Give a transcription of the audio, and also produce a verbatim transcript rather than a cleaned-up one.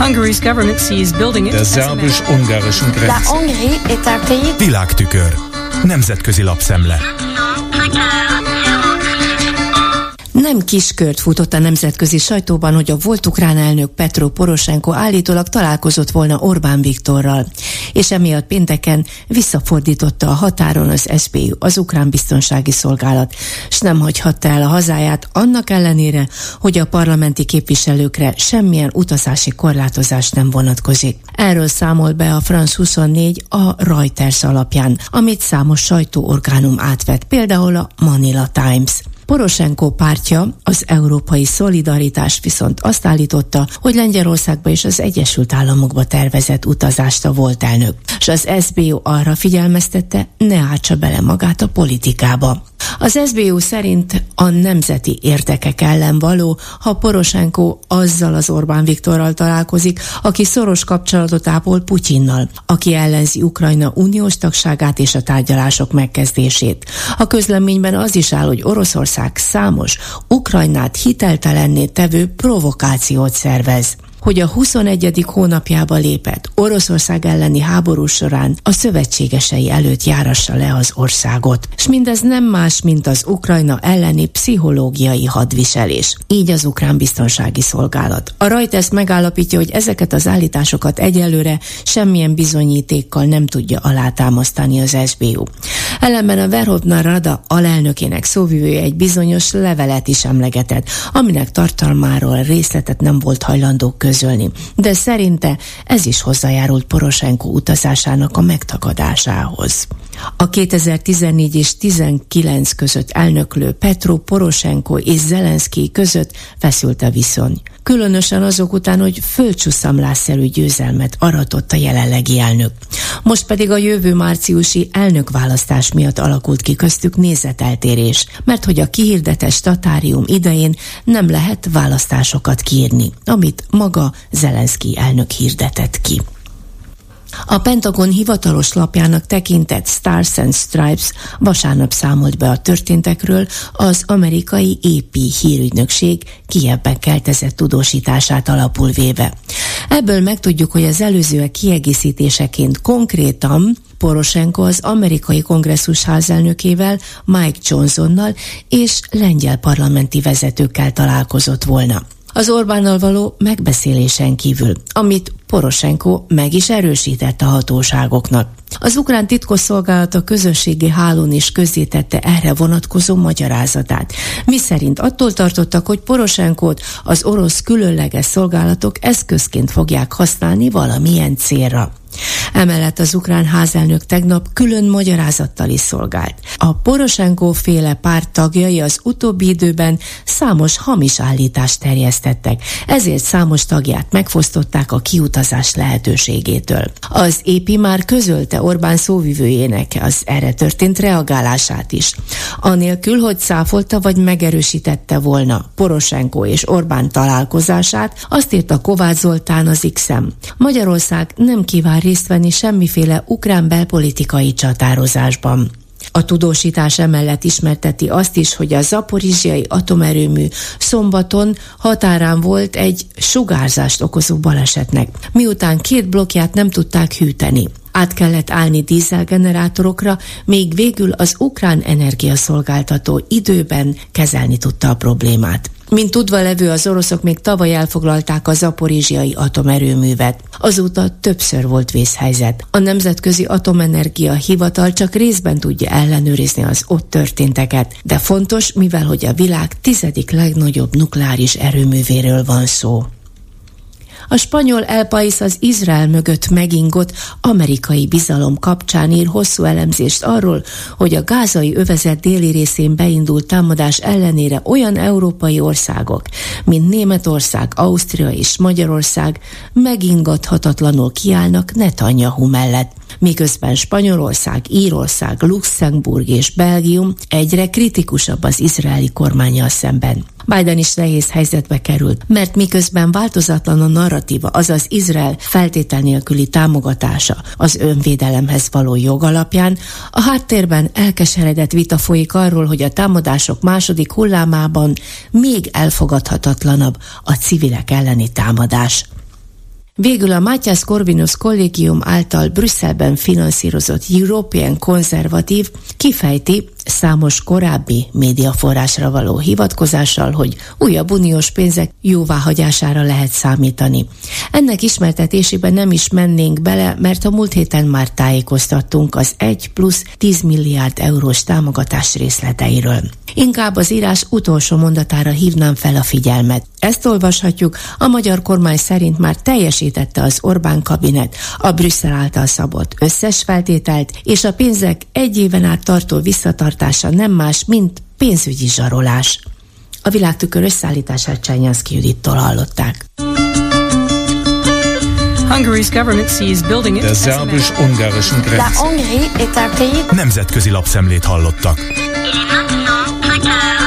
Hungary's government sees building it. Der szerbus-ungarischen Grenze. La Hongrie est un pays. Világtükör. Nemzetközi lapszemle. Nem kiskört futott a nemzetközi sajtóban, hogy a volt ukrán elnök Petro Poroshenko állítólag találkozott volna Orbán Viktorral, és emiatt pénteken visszafordította a határon az es bé u, az ukrán biztonsági szolgálat, s nem hagyhatta el a hazáját annak ellenére, hogy a parlamenti képviselőkre semmilyen utazási korlátozás nem vonatkozik. Erről számol be a France huszonnégy a Reuters alapján, amit számos sajtóorgánum átvett, például a Manila Times. Poroshenko pártja, az Európai Szolidaritás viszont azt állította, hogy Lengyelországba és az Egyesült Államokba tervezett utazást a volt elnök, és az es bé u arra figyelmeztette, ne átsa bele magát a politikába. Az es bé u szerint a nemzeti érdekek ellen való, ha Poroshenko azzal az Orbán Viktorral találkozik, aki szoros kapcsolatot ápol Putyinnal, aki ellenzi Ukrajna uniós tagságát és a tárgyalások megkezdését. A közleményben az is áll, hogy Oroszország számos Ukrajnát hiteltelenné tevő provokációt szervez, hogy a huszonegyedik hónapjába lépett Oroszország elleni háború során a szövetségesei előtt járassa le az országot. És mindez nem más, mint az Ukrajna elleni pszichológiai hadviselés. Így az ukrán biztonsági szolgálat. A Reuters megállapítja, hogy ezeket az állításokat egyelőre semmilyen bizonyítékkal nem tudja alátámasztani az es bé u. Ellenben a Verhovna Rada alelnökének szóvivője egy bizonyos levelet is emlegetett, aminek tartalmáról részletet nem volt hajlandó közölni, de szerinte ez is hozzájárult Poroshenko utazásának a megtagadásához. A kétezer-tizennégy és tizenkilenc között elnöklő Petro Poroshenko és Zelenszkij között feszült a viszony. Különösen azok után, hogy földcsuszamlásszerű győzelmet aratott a jelenlegi elnök. Most pedig a jövő márciusi elnökválasztás miatt alakult ki köztük nézeteltérés, mert hogy a kihirdetett statárium idején nem lehet választásokat kiírni, amit maga Zelenszkij elnök hirdetett ki. A Pentagon hivatalos lapjának tekintett Stars and Stripes vasárnap számolt be a történtekről, az amerikai á pé hírügynökség Kijevben keltezett tudósítását alapul véve. Ebből megtudjuk, hogy az előzőek kiegészítéseként konkrétan Poroshenko az amerikai kongresszus házelnökével, Mike Johnsonnal és lengyel parlamenti vezetőkkel találkozott volna. Az Orbánnal való megbeszélésen kívül, amit Poroshenko meg is erősített a hatóságoknak. Az ukrán titkosszolgálat a közösségi hálón is közzétette erre vonatkozó magyarázatát, miszerint attól tartottak, hogy Poroshenkót az orosz különleges szolgálatok eszközként fogják használni valamilyen célra. Emellett az ukrán házelnök tegnap külön magyarázattal is szolgált. A Poroshenko-féle párt tagjai az utóbbi időben számos hamis állítást terjesztettek, ezért számos tagját megfosztották a kiutazás lehetőségétől. Az á pé már közölte Orbán szóvivőjének az erre történt reagálását is. Anélkül, hogy cáfolta vagy megerősítette volna Poroshenko és Orbán találkozását, azt írta Kovács Zoltán az X-en. Magyarország nem kíván részt venni semmiféle ukrán belpolitikai csatározásban. A tudósítás emellett ismerteti azt is, hogy a zaporizsiai atomerőmű szombaton határán volt egy sugárzást okozó balesetnek, miután két blokkját nem tudták hűteni. Át kellett állni dízelgenerátorokra, még végül az ukrán energiaszolgáltató időben kezelni tudta a problémát. Mint tudva levő, az oroszok még tavaly elfoglalták a zaporizsiai atomerőművet. Azóta többször volt vészhelyzet. A Nemzetközi Atomenergia Hivatal csak részben tudja ellenőrizni az ott történteket, de fontos, mivel hogy a világ tizedik legnagyobb nukleáris erőművéről van szó. A spanyol El País az Izrael mögött megingott amerikai bizalom kapcsán ír hosszú elemzést arról, hogy a gázai övezet déli részén beindult támadás ellenére olyan európai országok, mint Németország, Ausztria és Magyarország megingathatatlanul kiállnak Netanyahu mellett, miközben Spanyolország, Írország, Luxemburg és Belgium egyre kritikusabb az izraeli kormánnyal szemben. Biden is nehéz helyzetbe került, mert miközben változatlan a narratíva, azaz Izrael feltétel nélküli támogatása az önvédelemhez való jog alapján, a háttérben elkeseredett vita folyik arról, hogy a támadások második hullámában még elfogadhatatlanabb a civilek elleni támadás. Végül a Matthias Corvinus Kollégium által Brüsszelben finanszírozott European Conservative kifejti számos korábbi médiaforrásra való hivatkozással, hogy újabb uniós pénzek jóváhagyására lehet számítani. Ennek ismertetésében nem is mennénk bele, mert a múlt héten már tájékoztattunk az egy plusz tíz milliárd eurós támogatás részleteiről. Inkább az írás utolsó mondatára hívnám fel a figyelmet. Ezt olvashatjuk, a magyar kormány szerint már teljesítette az Orbán kabinet a Brüsszel által szabott összes feltételt, és a pénzek egy éven át tartó visszatartása nem más, mint pénzügyi zsarolás. A Világtükör összeállítását Csányánszky Judittól hallották. Hungary's government sees building it. Der szerbus-ungarischen La Grenze. Hongrie est un pays... Nemzetközi lapszemlét hallottak. Il est maintenant vingt heures.